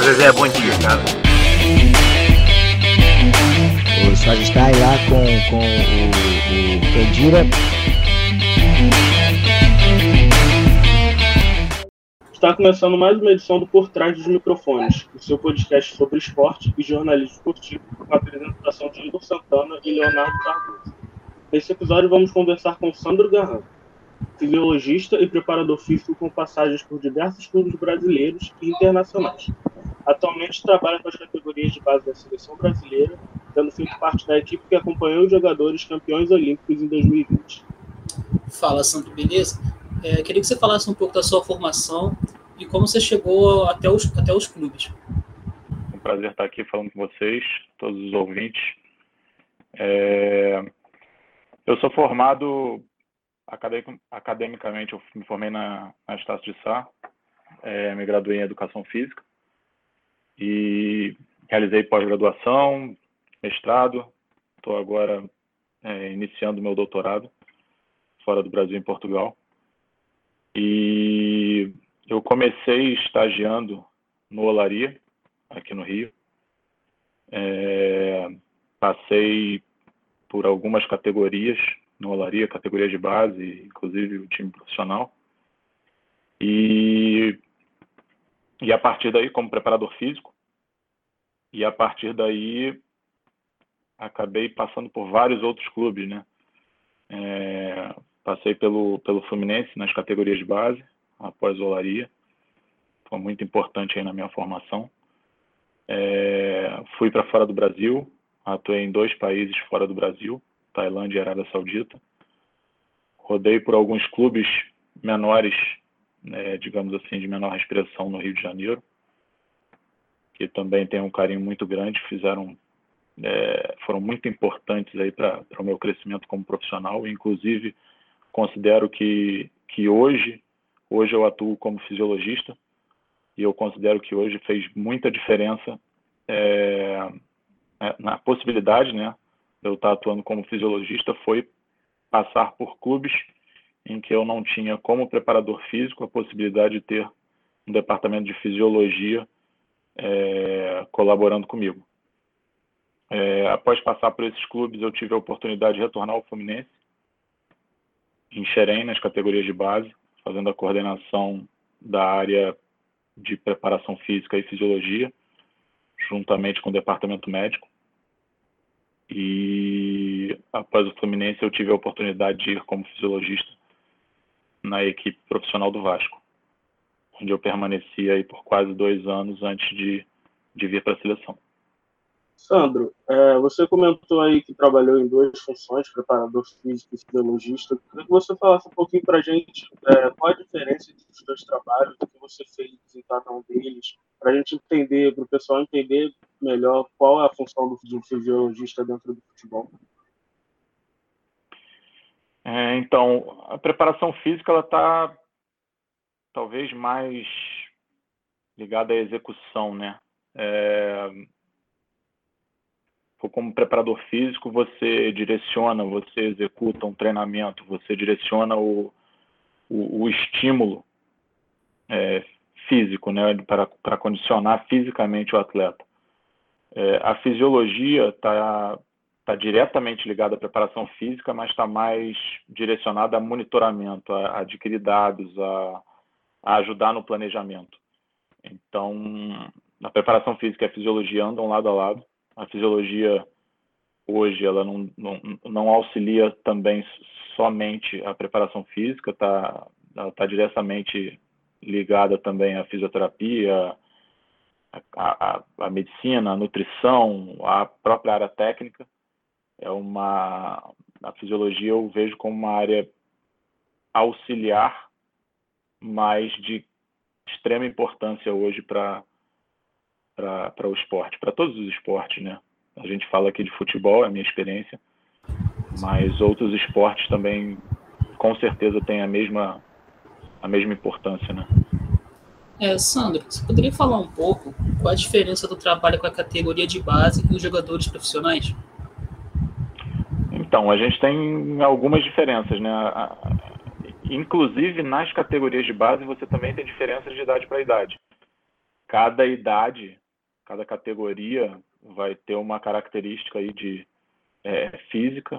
Zezé, bom dia, cara. O senhor está aí lá com o Kendira. Está começando mais uma edição do Por Trás dos Microfones, o seu podcast sobre esporte e jornalismo esportivo, com a apresentação de Igor Santana e Leonardo Cardoso. Nesse episódio vamos conversar com Sandro Garran, fisiologista e preparador físico com passagens por diversos clubes brasileiros e internacionais. Atualmente trabalha com as categorias de base da seleção brasileira, tendo feito parte da equipe que acompanhou os jogadores campeões olímpicos em 2020. Fala, Sandro, beleza? Queria que você falasse um pouco da sua formação e como você chegou até os clubes. É um prazer estar aqui falando com vocês, todos os ouvintes. Eu sou formado academicamente, eu me formei na Estácio de Sá, me graduei em Educação Física e realizei pós-graduação, mestrado, estou agora iniciando meu doutorado fora do Brasil, em Portugal. E eu comecei estagiando no Olaria, aqui no Rio. Passei por algumas categorias no Olaria, categorias de base, inclusive o time profissional. E a partir daí, como preparador físico, e a partir daí acabei passando por vários outros clubes, né? Passei pelo Fluminense nas categorias de base, após o Olaria. Foi muito importante aí na minha formação. Fui para fora do Brasil, atuei em 2 países fora do Brasil, Tailândia e Arábia Saudita. Rodei por alguns clubes menores, digamos assim, de menor expressão no Rio de Janeiro, que também tem um carinho muito grande, foram muito importantes aí para o meu crescimento como profissional. Inclusive, considero que hoje eu atuo como fisiologista, e eu considero que hoje fez muita diferença na possibilidade, né, de eu estar atuando como fisiologista, foi passar por clubes em que eu não tinha, como preparador físico, a possibilidade de ter um departamento de fisiologia colaborando comigo. Após passar por esses clubes, eu tive a oportunidade de retornar ao Fluminense, em Xerém, nas categorias de base, fazendo a coordenação da área de preparação física e fisiologia, juntamente com o departamento médico. E após o Fluminense, eu tive a oportunidade de ir como fisiologista na equipe profissional do Vasco, onde eu permaneci aí por quase 2 anos antes de vir para a seleção. Sandro, você comentou aí que trabalhou em 2 funções, preparador físico e fisiologista. Queria que você falasse um pouquinho para a gente qual a diferença entre os 2 trabalhos, o que você fez em cada um deles, para a gente entender, para o pessoal entender melhor qual é a função de um fisiologista dentro do futebol. Então, a preparação física ela está talvez mais ligada à execução, né? Como preparador físico, você direciona, você executa um treinamento, você direciona o estímulo físico, né, para condicionar fisicamente o atleta. A fisiologia está diretamente ligada à preparação física, mas está mais direcionada a monitoramento, a adquirir dados, a ajudar no planejamento. Então, a preparação física e a fisiologia andam lado a lado. A fisiologia, hoje, ela não auxilia também somente a preparação física, ela está diretamente ligada também à fisioterapia, à medicina, à nutrição, à própria área técnica. A fisiologia eu vejo como uma área auxiliar, mas de extrema importância hoje para o esporte, para todos os esportes, né? A gente fala aqui de futebol, é a minha experiência, mas outros esportes também, com certeza, têm a mesma importância, né? Sandro, você poderia falar um pouco qual a diferença do trabalho com a categoria de base e os jogadores profissionais? Então, a gente tem algumas diferenças, né? Inclusive, nas categorias de base, você também tem diferenças de idade para idade. cada idade, cada categoria vai ter uma característica aí de física,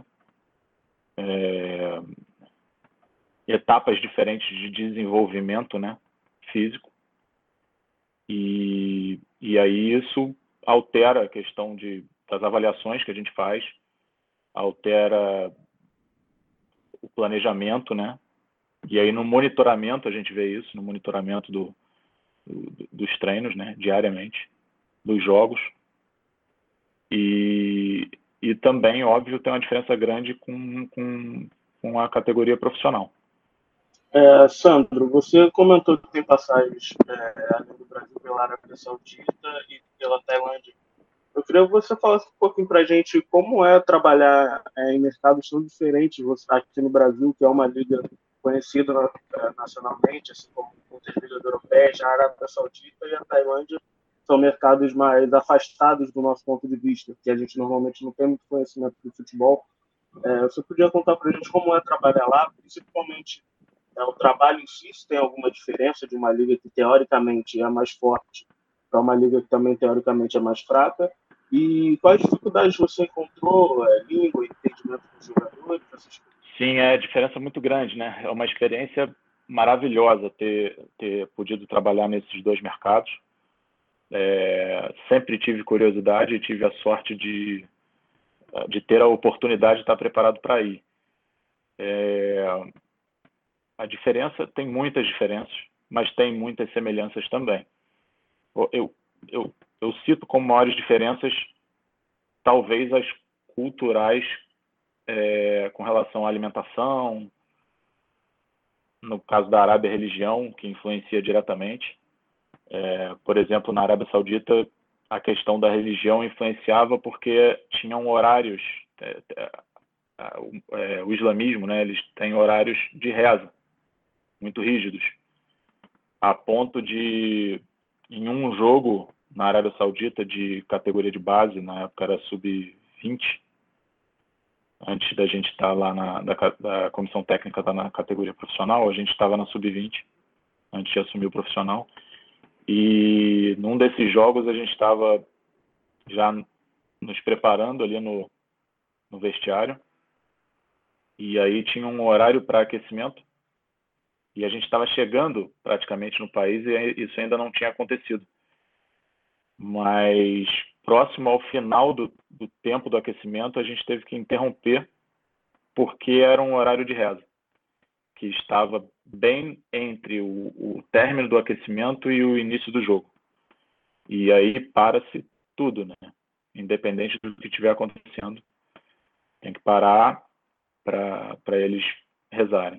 etapas diferentes de desenvolvimento, né, físico, e aí isso altera a questão das avaliações que a gente faz, altera o planejamento, né, e aí no monitoramento a gente vê isso, no monitoramento dos treinos, né, diariamente, dos jogos, e também, óbvio, tem uma diferença grande com a categoria profissional. Sandro, você comentou que tem passagens além do Brasil pela Arábia Saudita e pela Tailândia. Eu queria que você falasse um pouquinho para a gente como é trabalhar em mercados tão diferentes. Você aqui no Brasil, que é uma liga conhecida nacionalmente, assim como muitas ligas europeias, a Arábia Saudita e a Tailândia são mercados mais afastados do nosso ponto de vista, que a gente normalmente não tem muito conhecimento do futebol. Você podia contar para a gente como é trabalhar lá, principalmente o trabalho em si, se tem alguma diferença de uma liga que teoricamente é mais forte para uma liga que também teoricamente é mais fraca? E quais dificuldades você encontrou, língua, entendimento dos jogadores? Essas coisas? Sim, é diferença muito grande, né? É uma experiência maravilhosa ter podido trabalhar nesses dois mercados. Sempre tive curiosidade e tive a sorte de ter a oportunidade de estar preparado para ir. A diferença, tem muitas diferenças, mas tem muitas semelhanças também. Eu cito como maiores diferenças, talvez as culturais, com relação à alimentação, no caso da Arábia, religião, que influencia diretamente. Por exemplo, na Arábia Saudita, a questão da religião influenciava porque tinham horários, o islamismo, né, eles têm horários de reza muito rígidos, a ponto de, em um jogo na Arábia Saudita de categoria de base, na época era sub-20, antes da gente estar lá da comissão técnica estar na categoria profissional, a gente estava na sub-20, antes de assumir o profissional, e num desses jogos a gente estava já nos preparando ali no vestiário, e aí tinha um horário para aquecimento, e a gente estava chegando praticamente no país e isso ainda não tinha acontecido. Mas próximo ao final do tempo do aquecimento, a gente teve que interromper porque era um horário de reza, que estava bem entre o término do aquecimento e o início do jogo. E aí para-se tudo, né? Independente do que estiver acontecendo, tem que parar para eles rezarem.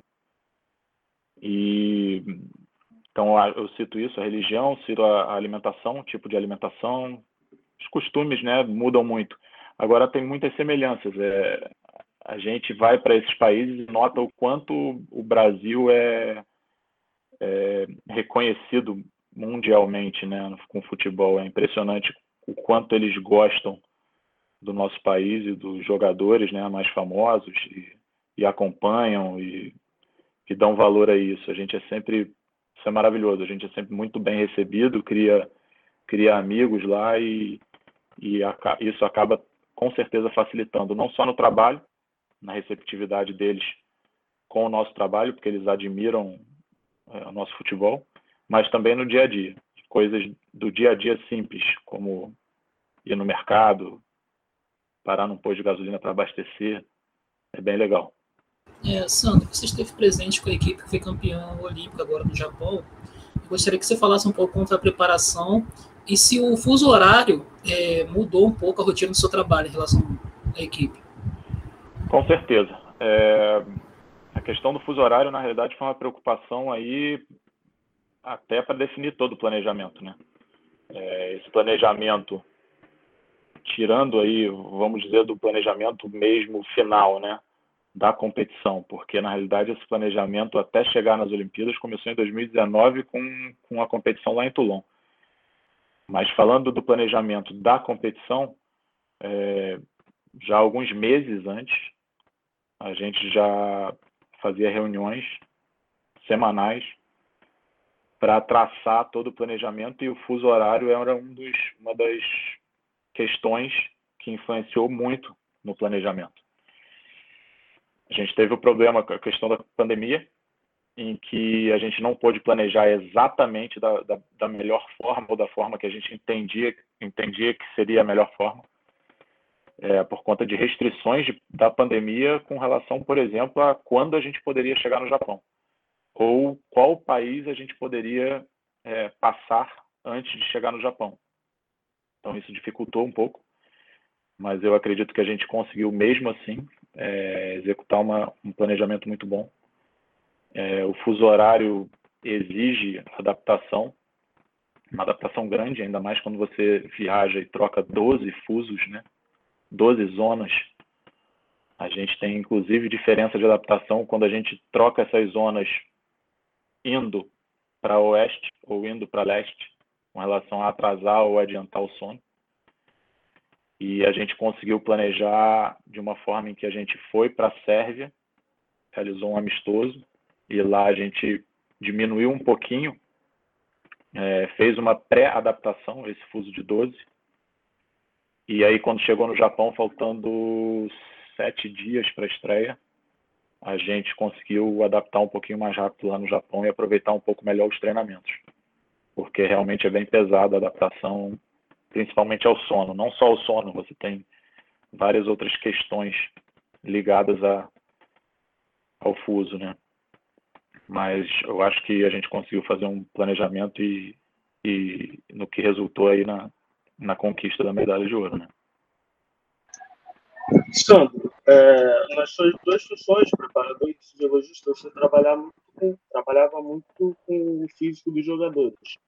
Então eu cito isso, a religião, cito a alimentação, o tipo de alimentação, os costumes, né, mudam muito. Agora tem muitas semelhanças. A gente vai para esses países e nota o quanto o Brasil é reconhecido mundialmente, né, com futebol. É impressionante o quanto eles gostam do nosso país e dos jogadores, né, mais famosos e acompanham e dão valor a isso. Isso é maravilhoso. A gente é sempre muito bem recebido, cria amigos lá e isso acaba com certeza facilitando não só no trabalho, na receptividade deles com o nosso trabalho, porque eles admiram o nosso futebol, mas também no dia a dia, coisas do dia a dia simples, como ir no mercado, parar num posto de gasolina para abastecer, é bem legal. Sandro, você esteve presente com a equipe que foi campeã olímpica agora no Japão. Eu gostaria que você falasse um pouco como foi a preparação e se o fuso horário mudou um pouco a rotina do seu trabalho em relação à equipe. Com certeza. A questão do fuso horário, na realidade, foi uma preocupação aí até para definir todo o planejamento, né? Esse planejamento, tirando aí, vamos dizer, do planejamento mesmo final, né, da competição, porque na realidade esse planejamento até chegar nas Olimpíadas começou em 2019 com a competição lá em Toulon. Mas falando do planejamento da competição, já alguns meses antes, a gente já fazia reuniões semanais para traçar todo o planejamento, e o fuso horário era uma das questões que influenciou muito no planejamento. A gente teve o problema com a questão da pandemia, em que a gente não pôde planejar exatamente da melhor forma, ou da forma que a gente entendia que seria a melhor forma, por conta de restrições da pandemia com relação, por exemplo, a quando a gente poderia chegar no Japão, ou qual país a gente poderia passar antes de chegar no Japão. Então isso dificultou um pouco, mas eu acredito que a gente conseguiu mesmo assim executar um planejamento muito bom. O fuso horário exige adaptação, uma adaptação grande, ainda mais quando você viaja e troca 12 fusos, né? 12 zonas. A gente tem, inclusive, diferença de adaptação quando a gente troca essas zonas indo para oeste ou indo para leste, com relação a atrasar ou adiantar o sono. E a gente conseguiu planejar de uma forma em que a gente foi para a Sérvia, realizou um amistoso, e lá a gente diminuiu um pouquinho, fez uma pré-adaptação, esse fuso de 12, e aí quando chegou no Japão, faltando 7 dias para a estreia, a gente conseguiu adaptar um pouquinho mais rápido lá no Japão e aproveitar um pouco melhor os treinamentos, porque realmente é bem pesada a adaptação, principalmente ao sono. Não só ao sono, você tem várias outras questões ligadas ao fuso, né? Mas eu acho que a gente conseguiu fazer um planejamento e no que resultou aí na conquista da medalha de ouro, né? Sandro, nas suas 2 funções, preparador e fisiologista, você trabalhava muito com o físico dos jogadores.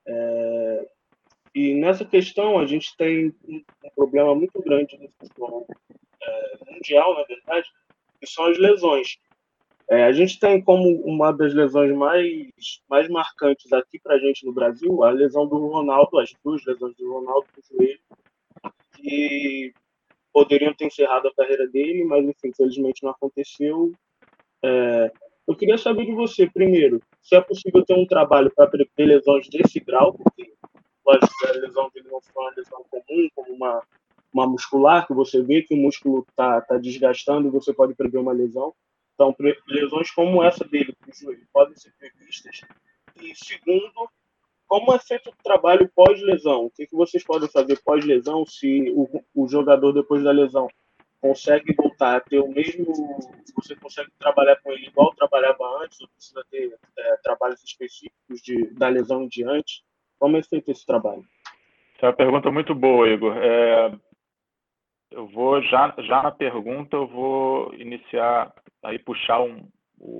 E nessa questão, a gente tem um problema muito grande no futebol mundial, na verdade, que são as lesões. A gente tem como uma das lesões mais marcantes aqui para a gente no Brasil a lesão do Ronaldo, as 2 lesões do Ronaldo do joelho, que poderiam ter encerrado a carreira dele, mas enfim, infelizmente não aconteceu. Eu queria saber de você, primeiro, se é possível ter um trabalho para prever lesões desse grau, porque a lesão dele não foi uma lesão comum, como uma muscular, que você vê que o músculo está desgastando e você pode prever uma lesão. Então, lesões como essa dele, do joelho, podem ser previstas. E, segundo, como é feito o trabalho pós-lesão? O que vocês podem fazer pós-lesão se o jogador, depois da lesão, consegue voltar a ter o mesmo... Você consegue trabalhar com ele igual trabalhava antes, ou precisa ter trabalhos específicos da lesão em diante? Como é feito esse trabalho? Essa é uma pergunta muito boa, Igor. Eu vou, já na pergunta, eu vou iniciar aí, puxar um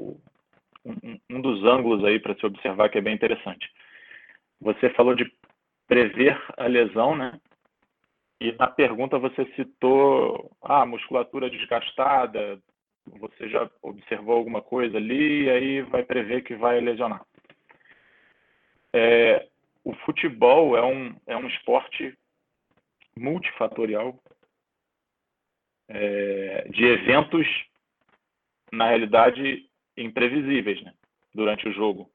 dos ângulos aí para se observar que é bem interessante. Você falou de prever a lesão, né? E na pergunta você citou a musculatura desgastada, você já observou alguma coisa ali e aí vai prever que vai lesionar. O futebol é um esporte multifatorial, de eventos, na realidade, imprevisíveis, né? Durante o jogo.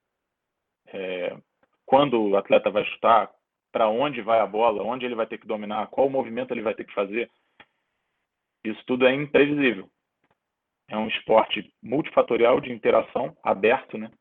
Quando o atleta vai chutar, para onde vai a bola, onde ele vai ter que dominar, qual movimento ele vai ter que fazer, isso tudo é imprevisível. É um esporte multifatorial de interação, aberto, né?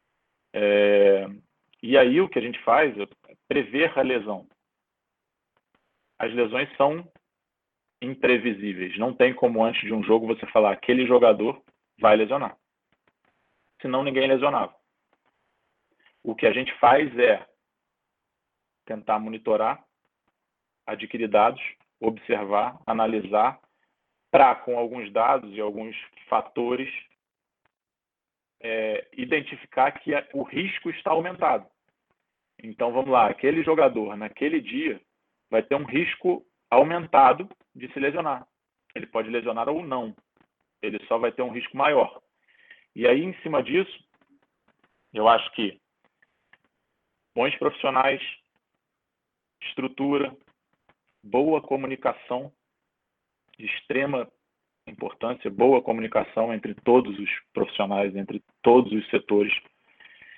E aí o que a gente faz é prever a lesão. As lesões são imprevisíveis. Não tem como antes de um jogo você falar aquele jogador vai lesionar. Senão ninguém lesionava. O que a gente faz é tentar monitorar, adquirir dados, observar, analisar, para, com alguns dados e alguns fatores, identificar que o risco está aumentado. Então, vamos lá, aquele jogador, naquele dia, vai ter um risco aumentado de se lesionar. Ele pode lesionar ou não. Ele só vai ter um risco maior. E aí, em cima disso, eu acho que bons profissionais, estrutura, boa comunicação, de extrema importância, boa comunicação entre todos os profissionais, entre todos os setores,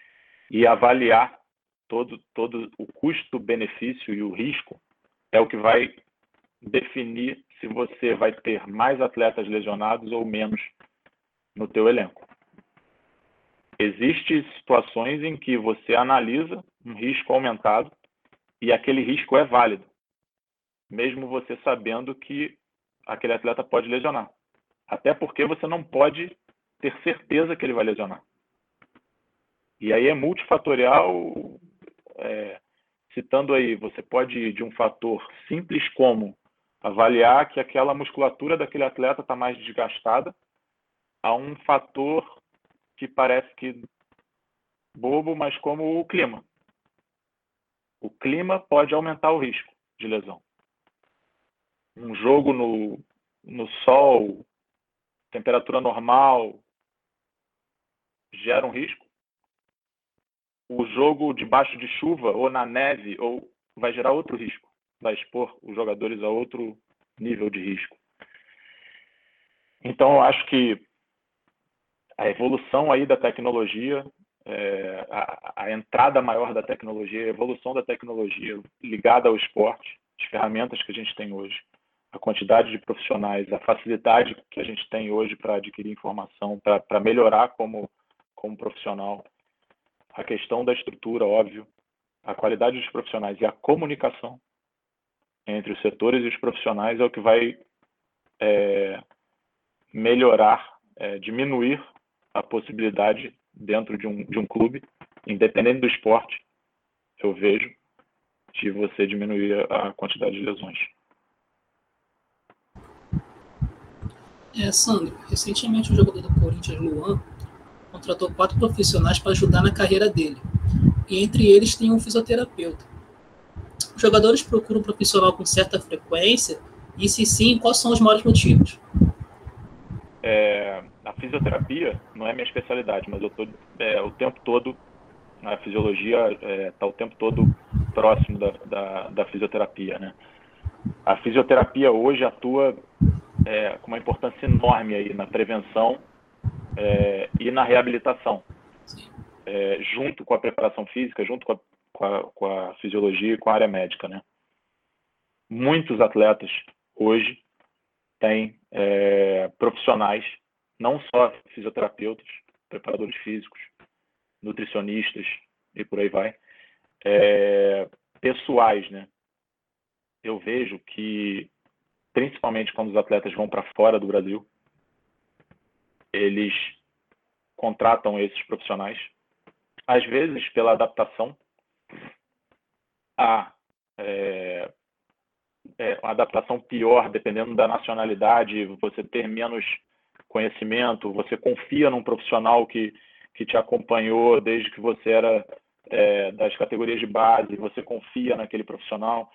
E avaliar todo o custo-benefício e o risco é o que vai definir se você vai ter mais atletas lesionados ou menos no teu elenco. Existem situações em que você analisa um risco aumentado e aquele risco é válido, mesmo você sabendo que aquele atleta pode lesionar. Até porque você não pode ter certeza que ele vai lesionar. E aí é multifatorial, citando aí, você pode ir de um fator simples como avaliar que aquela musculatura daquele atleta está mais desgastada, a um fator que parece que bobo, mas como o clima. O clima pode aumentar o risco de lesão. Um jogo no sol, temperatura normal, gera um risco. O jogo debaixo de chuva ou na neve vai gerar outro risco. Vai expor os jogadores a outro nível de risco. Então, eu acho que a evolução aí da tecnologia, a entrada maior da tecnologia, a evolução da tecnologia ligada ao esporte, as ferramentas que a gente tem hoje, a quantidade de profissionais, a facilidade que a gente tem hoje para adquirir informação, para melhorar como profissional, a questão da estrutura, óbvio, a qualidade dos profissionais e a comunicação entre os setores e os profissionais é o que vai melhorar, diminuir a possibilidade dentro de um clube, independente do esporte, eu vejo, de você diminuir a quantidade de lesões. Sandro, recentemente o jogador do Corinthians, Luan, contratou 4 profissionais para ajudar na carreira dele. E entre eles tem um fisioterapeuta. Os jogadores procuram um profissional com certa frequência? E se sim, quais são os maiores motivos? A fisioterapia não é minha especialidade, mas eu estou o tempo todo, a fisiologia está o tempo todo próximo da fisioterapia, né? A fisioterapia hoje atua com uma importância enorme aí na prevenção e na reabilitação, junto com a preparação física, junto com a fisiologia e com a área médica, né? Muitos atletas hoje têm profissionais, não só fisioterapeutas, preparadores físicos, nutricionistas e por aí vai, pessoais, né? Eu vejo que, principalmente quando os atletas vão para fora do Brasil, eles contratam esses profissionais, às vezes pela adaptação a uma adaptação pior, dependendo da nacionalidade, você ter menos conhecimento, você confia num profissional que te acompanhou desde que você era das categorias de base, você confia naquele profissional,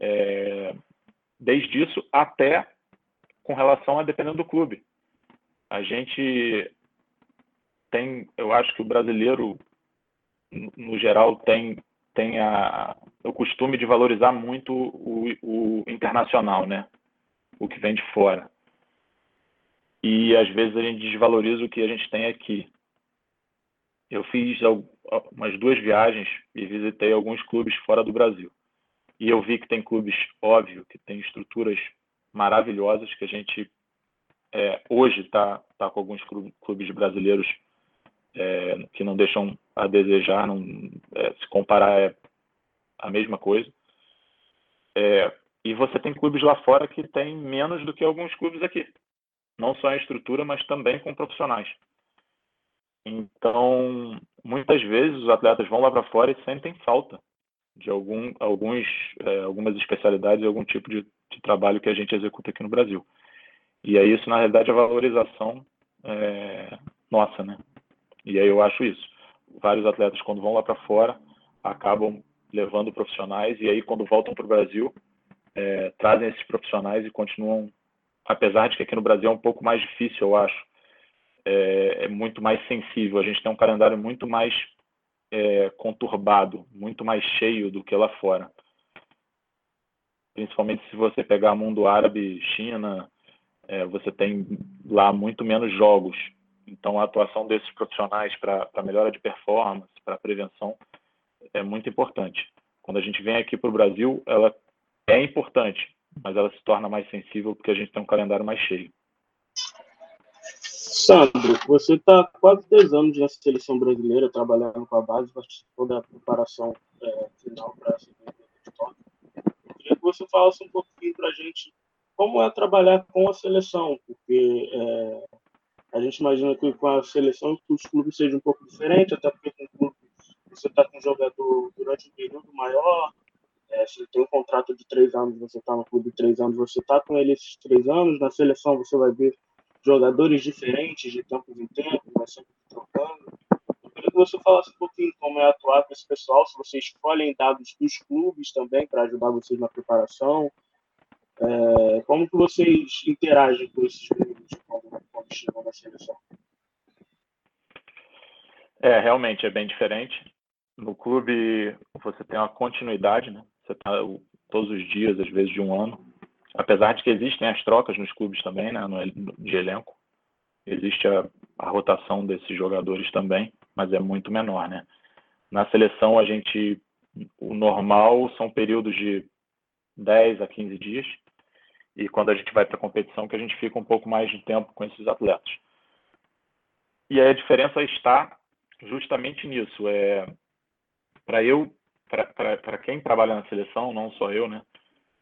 desde isso até com relação a dependendo do clube. A gente tem, eu acho que o brasileiro, no geral, tem o costume de valorizar muito o internacional, né? O que vem de fora. E, às vezes, a gente desvaloriza o que a gente tem aqui. Eu fiz umas 2 viagens e visitei alguns clubes fora do Brasil. E eu vi que tem clubes, óbvio, que tem estruturas maravilhosas, que a gente hoje está com alguns clubes brasileiros que não deixam a desejar, se comparar é a mesma coisa. E você tem clubes lá fora que tem menos do que alguns clubes aqui. Não só em estrutura, mas também com profissionais. Então, muitas vezes os atletas vão lá para fora e sentem falta de algumas especialidades e algum tipo de trabalho que a gente executa aqui no Brasil. E aí isso, na realidade, é a valorização nossa, né? E aí eu acho isso. Vários atletas, quando vão lá para fora, acabam levando profissionais e aí, quando voltam para o Brasil, trazem esses profissionais e continuam, apesar de que aqui no Brasil é um pouco mais difícil, eu acho, é muito mais sensível. A gente tem um calendário muito mais conturbado, muito mais cheio do que lá fora. Principalmente se você pegar mundo árabe, China, você tem lá muito menos jogos. Então, a atuação desses profissionais para melhora de performance, para prevenção, é muito importante. Quando a gente vem aqui para o Brasil, ela é importante, mas ela se torna mais sensível porque a gente tem um calendário mais cheio. Sandro, você está quase 2 anos na seleção brasileira, trabalhando com a base, participou da preparação final para essa Olimpíada. Eu queria que você falasse um pouquinho para a gente como é trabalhar com a seleção, porque a gente imagina que com a seleção os clubes sejam um pouco diferentes, até porque com o clube você está com um jogador durante um período maior, se tem um contrato de 3 anos, você está no clube de 3 anos, você está com ele esses 3 anos, na seleção você vai ver jogadores diferentes de tempos em tempos, vai sempre trocando. Eu queria que você falasse um pouquinho como é atuar com esse pessoal, se vocês escolhem dados dos clubes também para ajudar vocês na preparação, como que vocês interagem com esses meninos quando chegam na seleção? Realmente é bem diferente. No clube você tem uma continuidade, né? Você está todos os dias, às vezes de um ano. Apesar de que existem as trocas nos clubes também, né? De elenco. Existe a rotação desses jogadores também, mas é muito menor, né? Na seleção, o normal são períodos de 10 a 15 dias. E quando a gente vai para a competição, que a gente fica um pouco mais de tempo com esses atletas. E aí a diferença está justamente nisso. Para quem trabalha na seleção, não só eu, né?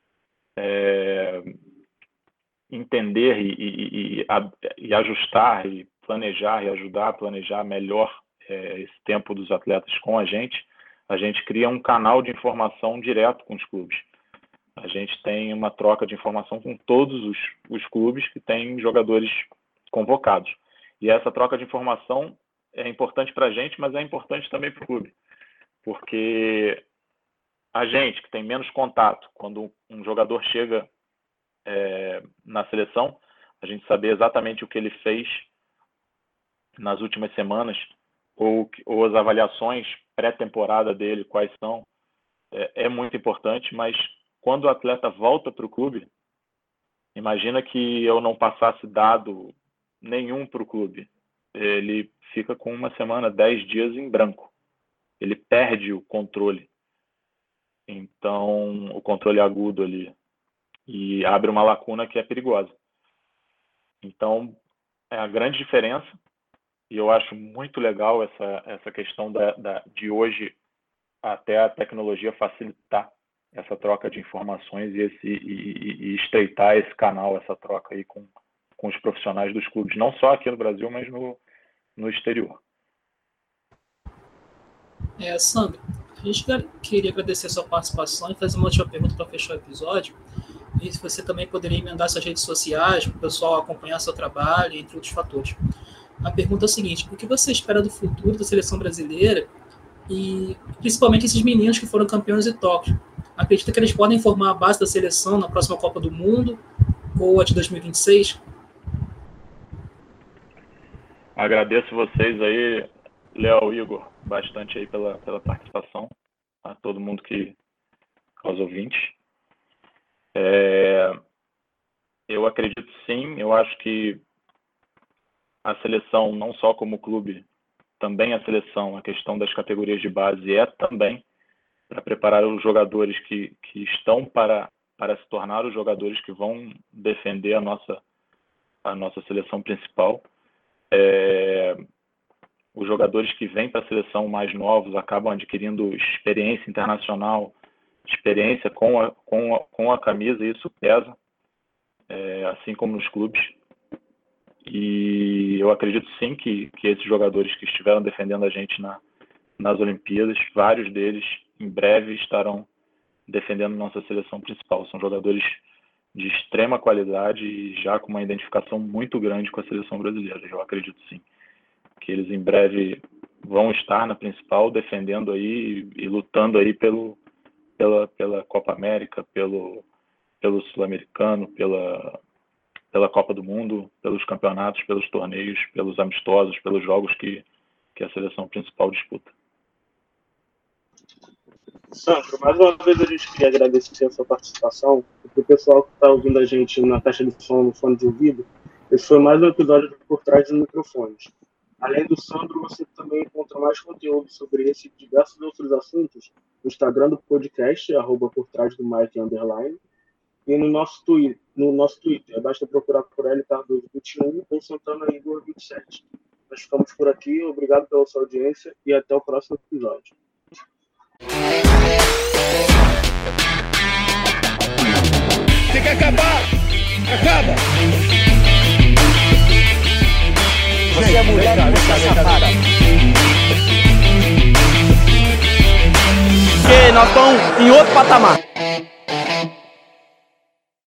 Entender e ajustar e planejar e ajudar a planejar melhor esse tempo dos atletas com a gente cria um canal de informação direto com os clubes. A gente tem uma troca de informação com todos os clubes que têm jogadores convocados. E essa troca de informação é importante para a gente, mas é importante também para o clube. Porque a gente, que tem menos contato, quando um jogador chega na seleção, a gente saber exatamente o que ele fez nas últimas semanas, ou as avaliações pré-temporada dele, quais são, é muito importante, mas quando o atleta volta para o clube, imagina que eu não passasse dado nenhum para o clube. Ele fica com 1 semana, 10 dias em branco. Ele perde o controle. Então, o controle agudo ali. E abre uma lacuna que é perigosa. Então, é a grande diferença. E eu acho muito legal essa questão de hoje até a tecnologia facilitar essa troca de informações e estreitar esse canal, essa troca aí com os profissionais dos clubes, não só aqui no Brasil, mas no exterior. Sandro, a gente queria agradecer a sua participação e fazer uma última pergunta para fechar o episódio. E se você também poderia emendar suas redes sociais para o pessoal acompanhar seu trabalho, entre outros fatores. A pergunta é a seguinte: o que você espera do futuro da seleção brasileira e principalmente esses meninos que foram campeões de Tóquio? Acredita que eles podem formar a base da seleção na próxima Copa do Mundo ou a de 2026? Agradeço vocês aí, Léo, Igor, bastante aí pela participação, a todo mundo aos ouvintes. Eu acredito sim, eu acho que a seleção, não só como clube, também a seleção, a questão das categorias de base também para preparar os jogadores que estão para se tornar os jogadores que vão defender a nossa seleção principal. Os jogadores que vêm para a seleção mais novos acabam adquirindo experiência internacional, experiência com a camisa, e isso pesa, assim como nos clubes. E eu acredito sim que esses jogadores que estiveram defendendo a gente nas Olimpíadas, vários deles em breve estarão defendendo nossa seleção principal. São jogadores de extrema qualidade e já com uma identificação muito grande com a seleção brasileira. Eu acredito sim que eles em breve vão estar na principal, defendendo aí e lutando aí pela Copa América, pelo Sul-Americano, pela Copa do Mundo, pelos campeonatos, pelos torneios, pelos amistosos, pelos jogos que a seleção principal disputa. Sandro, mais uma vez a gente queria agradecer a sua participação, porque o pessoal que está ouvindo a gente na caixa de som, no fone de ouvido, Esse foi mais um episódio do Por Trás dos Microfones. Além do Sandro, você também encontra mais conteúdo sobre esse e diversos outros assuntos no Instagram do podcast, @portrásdomike_, e no nosso Twitter. Basta procurar por L Cardoso 21 ou Santana Igor 27. Nós ficamos por aqui, obrigado pela sua audiência e até o próximo episódio. Tem que acabar! Acaba! Você é mulher e você é safada. Porque nós estamos em outro patamar.